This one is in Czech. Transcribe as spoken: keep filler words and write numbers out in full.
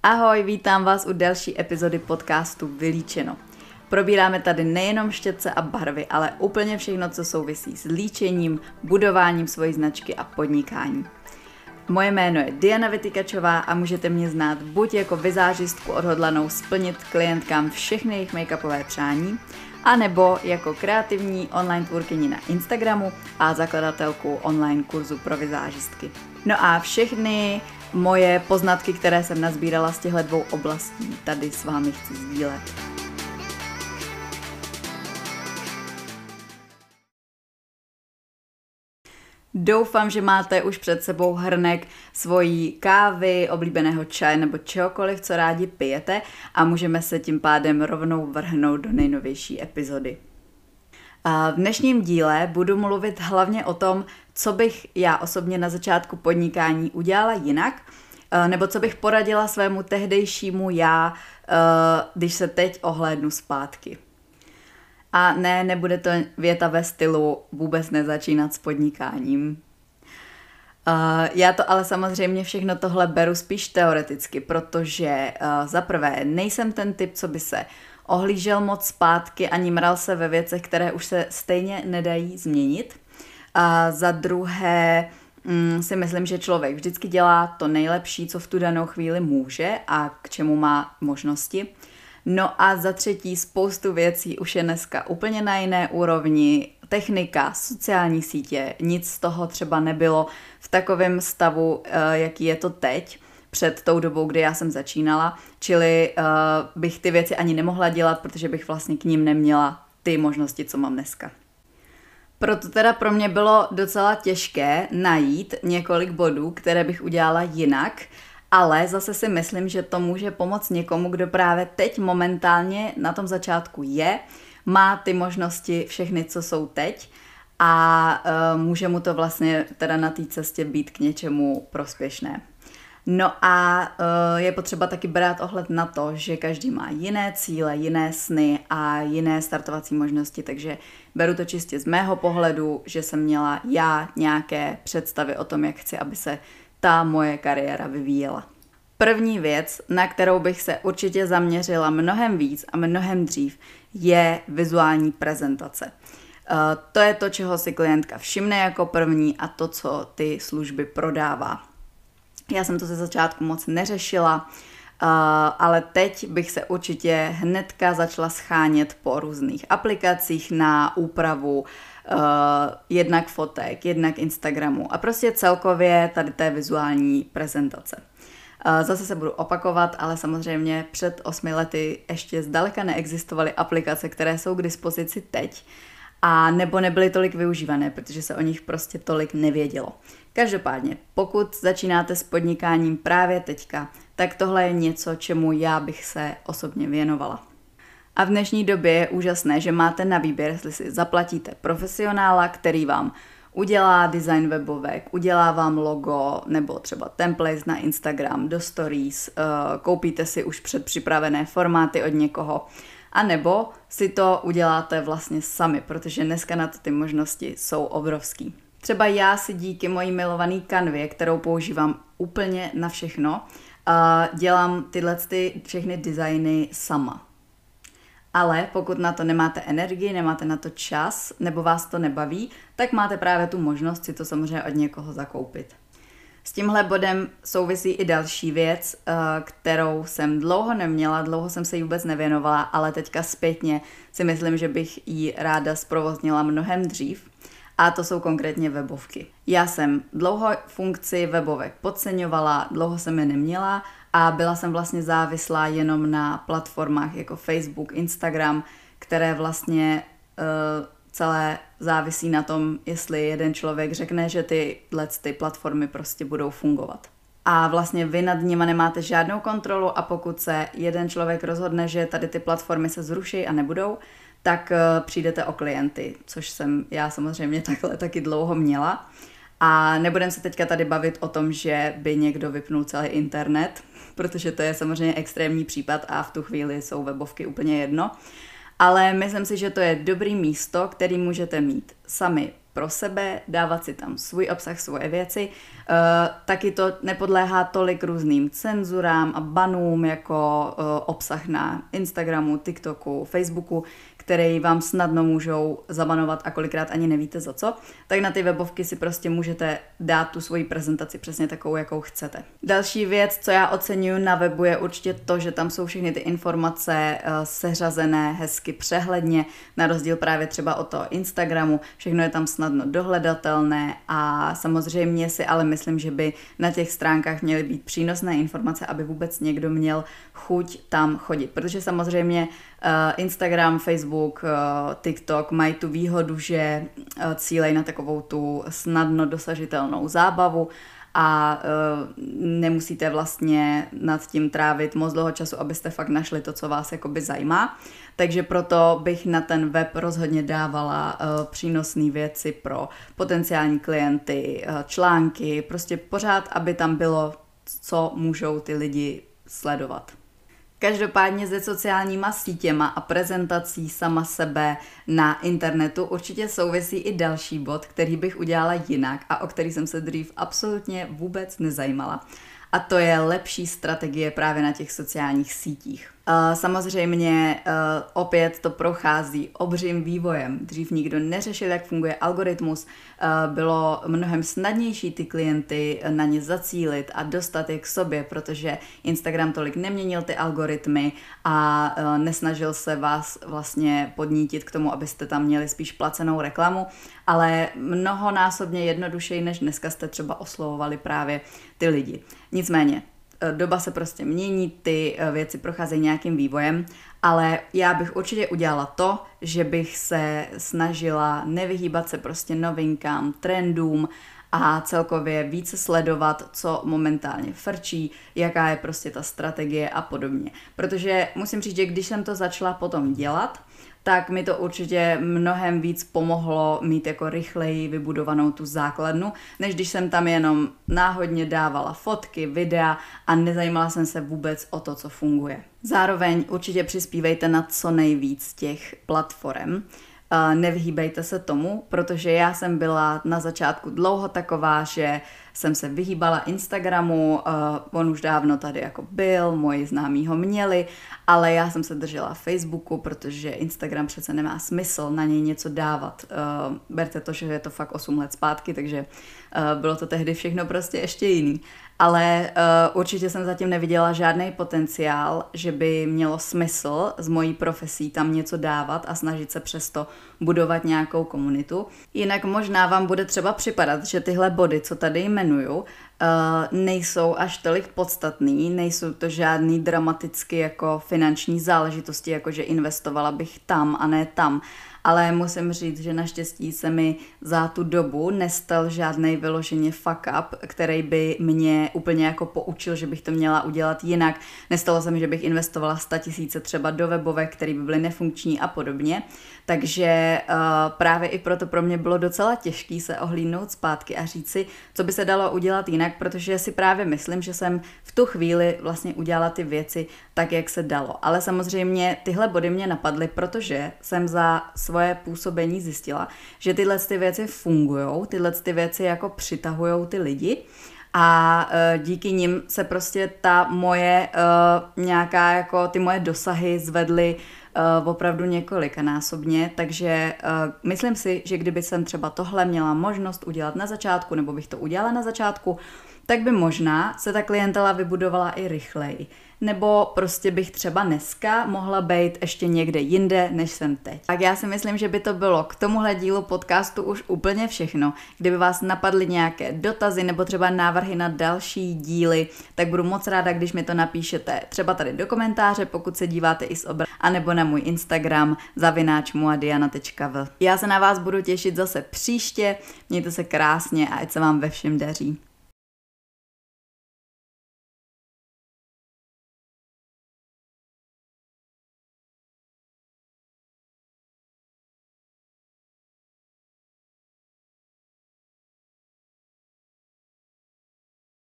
Ahoj, vítám vás u další epizody podcastu Vylíčeno. Probíráme tady nejenom štětce a barvy, ale úplně všechno, co souvisí s líčením, budováním svojí značky a podnikání. Moje jméno je Diana Vytykačová a můžete mě znát buď jako vizážistku odhodlanou splnit klientkám všechny jejich make-upové přání, anebo jako kreativní online tvůrkyni na Instagramu a zakladatelku online kurzu pro vizážistky. No a všechny moje poznatky, které jsem nazbírala z těchto dvou oblastí, tady s vámi chci sdílet. Doufám, že máte už před sebou hrnek svojí kávy, oblíbeného čaje nebo čehokoliv, co rádi pijete a můžeme se tím pádem rovnou vrhnout do nejnovější epizody. V dnešním díle budu mluvit hlavně o tom, co bych já osobně na začátku podnikání udělala jinak, nebo co bych poradila svému tehdejšímu já, když se teď ohlédnu zpátky. A ne, nebude to věta ve stylu vůbec nezačínat s podnikáním. Uh, já to ale samozřejmě všechno tohle beru spíš teoreticky, protože uh, za prvé nejsem ten typ, co by se ohlížel moc zpátky ani mral se ve věcech, které už se stejně nedají změnit. A za druhé mm, si myslím, že člověk vždycky dělá to nejlepší, co v tu danou chvíli může a k čemu má možnosti. No a za třetí, spoustu věcí už je dneska úplně na jiné úrovni, technika, sociální sítě, nic z toho třeba nebylo v takovém stavu, jaký je to teď, před tou dobou, kdy já jsem začínala, čili uh, bych ty věci ani nemohla dělat, protože bych vlastně k ním neměla ty možnosti, co mám dneska. Proto teda pro mě bylo docela těžké najít několik bodů, které bych udělala jinak, ale zase si myslím, že to může pomoct někomu, kdo právě teď momentálně na tom začátku je, má ty možnosti všechny, co jsou teď a uh, může mu to vlastně teda na té cestě být k něčemu prospěšné. No a uh, je potřeba taky brát ohled na to, že každý má jiné cíle, jiné sny a jiné startovací možnosti, takže beru to čistě z mého pohledu, že jsem měla já nějaké představy o tom, jak chci, aby se ta moje kariéra vyvíjela. První věc, na kterou bych se určitě zaměřila mnohem víc a mnohem dřív, je vizuální prezentace. Uh, to je to, čeho si klientka všimne jako první a to, co ty služby prodává. Já jsem to ze začátku moc neřešila, uh, ale teď bych se určitě hnedka začala schánět po různých aplikacích na úpravu uh, jednak fotek, jednak Instagramu a prostě celkově tady té vizuální prezentace. Uh, zase se budu opakovat, ale samozřejmě před osmi lety ještě zdaleka neexistovaly aplikace, které jsou k dispozici teď, a nebo nebyly tolik využívané, protože se o nich prostě tolik nevědělo. Každopádně, pokud začínáte s podnikáním právě teďka, tak tohle je něco, čemu já bych se osobně věnovala. A v dnešní době je úžasné, že máte na výběr, jestli si zaplatíte profesionála, který vám udělá design webovek, udělá vám logo nebo třeba templates na Instagram, do stories, koupíte si už předpřipravené formáty od někoho, a nebo si to uděláte vlastně sami, protože dneska na to ty možnosti jsou obrovský. Třeba já si díky mojí milované kanvě, kterou používám úplně na všechno, dělám tyhle ty všechny designy sama. Ale pokud na to nemáte energii, nemáte na to čas, nebo vás to nebaví, tak máte právě tu možnost si to samozřejmě od někoho zakoupit. S tímhle bodem souvisí i další věc, kterou jsem dlouho neměla, dlouho jsem se jí vůbec nevěnovala, ale teďka zpětně si myslím, že bych ji ráda zprovoznila mnohem dřív. A to jsou konkrétně webovky. Já jsem dlouho funkci webovek podceňovala, dlouho jsem je neměla a byla jsem vlastně závislá jenom na platformách jako Facebook, Instagram, které vlastně uh, celé závisí na tom, jestli jeden člověk řekne, že tyhle ty platformy prostě budou fungovat. A vlastně vy nad nimi nemáte žádnou kontrolu a pokud se jeden člověk rozhodne, že tady ty platformy se zruší a nebudou, tak uh, přijdete o klienty, což jsem já samozřejmě takhle taky dlouho měla. A nebudem se teďka tady bavit o tom, že by někdo vypnul celý internet, protože to je samozřejmě extrémní případ a v tu chvíli jsou webovky úplně jedno. Ale myslím si, že to je dobrý místo, který můžete mít sami pro sebe, dávat si tam svůj obsah, svoje věci. E, taky to nepodléhá tolik různým cenzurám a banům jako e, obsah na Instagramu, TikToku, Facebooku, který vám snadno můžou zabanovat a kolikrát ani nevíte za co, tak na ty webovky si prostě můžete dát tu svoji prezentaci přesně takovou, jakou chcete. Další věc, co já oceňuji na webu, je určitě to, že tam jsou všechny ty informace uh, seřazené hezky přehledně, na rozdíl právě třeba od toho Instagramu, všechno je tam snadno dohledatelné a samozřejmě si ale myslím, že by na těch stránkách měly být přínosné informace, aby vůbec někdo měl chuť tam chodit, protože samozřejmě uh, Instagram, Facebook, uh, TikTok mají tu výhodu, že uh, cílejí na takovou tu snadno dosažitelnou zábavu a uh, nemusíte vlastně nad tím trávit moc dlouho času, abyste fakt našli to, co vás jakoby zajímá. Takže proto bych na ten web rozhodně dávala uh, přínosné věci pro potenciální klienty, uh, články, prostě pořád, aby tam bylo, co můžou ty lidi sledovat. Každopádně se sociálníma sítěma a prezentací sama sebe na internetu určitě souvisí i další bod, který bych udělala jinak a o který jsem se dřív absolutně vůbec nezajímala. A to je lepší strategie právě na těch sociálních sítích. Samozřejmě opět to prochází obřím vývojem. Dřív nikdo neřešil, jak funguje algoritmus. Bylo mnohem snadnější ty klienty na ně zacílit a dostat je k sobě, protože Instagram tolik neměnil ty algoritmy a nesnažil se vás vlastně podnítit k tomu, abyste tam měli spíš placenou reklamu, ale mnohonásobně jednodušeji, než dneska jste třeba oslovovali právě ty lidi. Nicméně, doba se prostě mění, ty věci procházejí nějakým vývojem, ale já bych určitě udělala to, že bych se snažila nevyhýbat se prostě novinkám, trendům a celkově více sledovat, co momentálně frčí, jaká je prostě ta strategie a podobně. Protože musím říct, že když jsem to začala potom dělat, tak mi to určitě mnohem víc pomohlo mít jako rychleji vybudovanou tu základnu, než když jsem tam jenom náhodně dávala fotky, videa a nezajímala jsem se vůbec o to, co funguje. Zároveň určitě přispívejte na co nejvíc těch platform. Nevyhýbejte se tomu, protože já jsem byla na začátku dlouho taková, že jsem se vyhýbala Instagramu, uh, on už dávno tady jako byl, moji známí ho měli, ale já jsem se držela Facebooku, protože Instagram přece nemá smysl na něj něco dávat. Uh, berte to, že je to fakt osm let zpátky, takže uh, bylo to tehdy všechno prostě ještě jiný. Ale uh, určitě jsem zatím neviděla žádný potenciál, že by mělo smysl z mojí profesí tam něco dávat a snažit se přesto budovat nějakou komunitu. Jinak možná vám bude třeba připadat, že tyhle body, co tady jmenuju, uh, nejsou až tolik podstatný, nejsou to žádný dramaticky jako finanční záležitosti, jako že investovala bych tam a ne tam. Ale musím říct, že naštěstí se mi za tu dobu nestal žádnej vyloženě fuck up, který by mě úplně jako poučil, že bych to měla udělat jinak. Nestalo se mi, že bych investovala sto tisíc třeba do webovek, které by byly nefunkční a podobně. Takže uh, právě i proto pro mě bylo docela těžké se ohlídnout zpátky a říct si, co by se dalo udělat jinak, protože si právě myslím, že jsem v tu chvíli vlastně udělala ty věci tak, jak se dalo. Ale samozřejmě tyhle body mě napadly, protože jsem za svoje působení zjistila, že tyhle ty věci fungujou, tyhle ty věci jako přitahujou ty lidi a uh, díky nim se prostě ta moje uh, nějaká jako ty moje dosahy zvedly uh, opravdu několikanásobně, takže uh, myslím si, že kdyby jsem třeba tohle měla možnost udělat na začátku, nebo bych to udělala na začátku, tak by možná se ta klientela vybudovala i rychleji. Nebo prostě bych třeba dneska mohla být ještě někde jinde, než jsem teď. Tak já si myslím, že by to bylo k tomuhle dílu podcastu už úplně všechno. Kdyby vás napadly nějaké dotazy nebo třeba návrhy na další díly, tak budu moc ráda, když mi to napíšete třeba tady do komentáře, pokud se díváte i z obra, anebo na můj Instagram zavináč muadiana tečka v. Já se na vás budu těšit zase příště, mějte se krásně a ať se vám ve všem daří.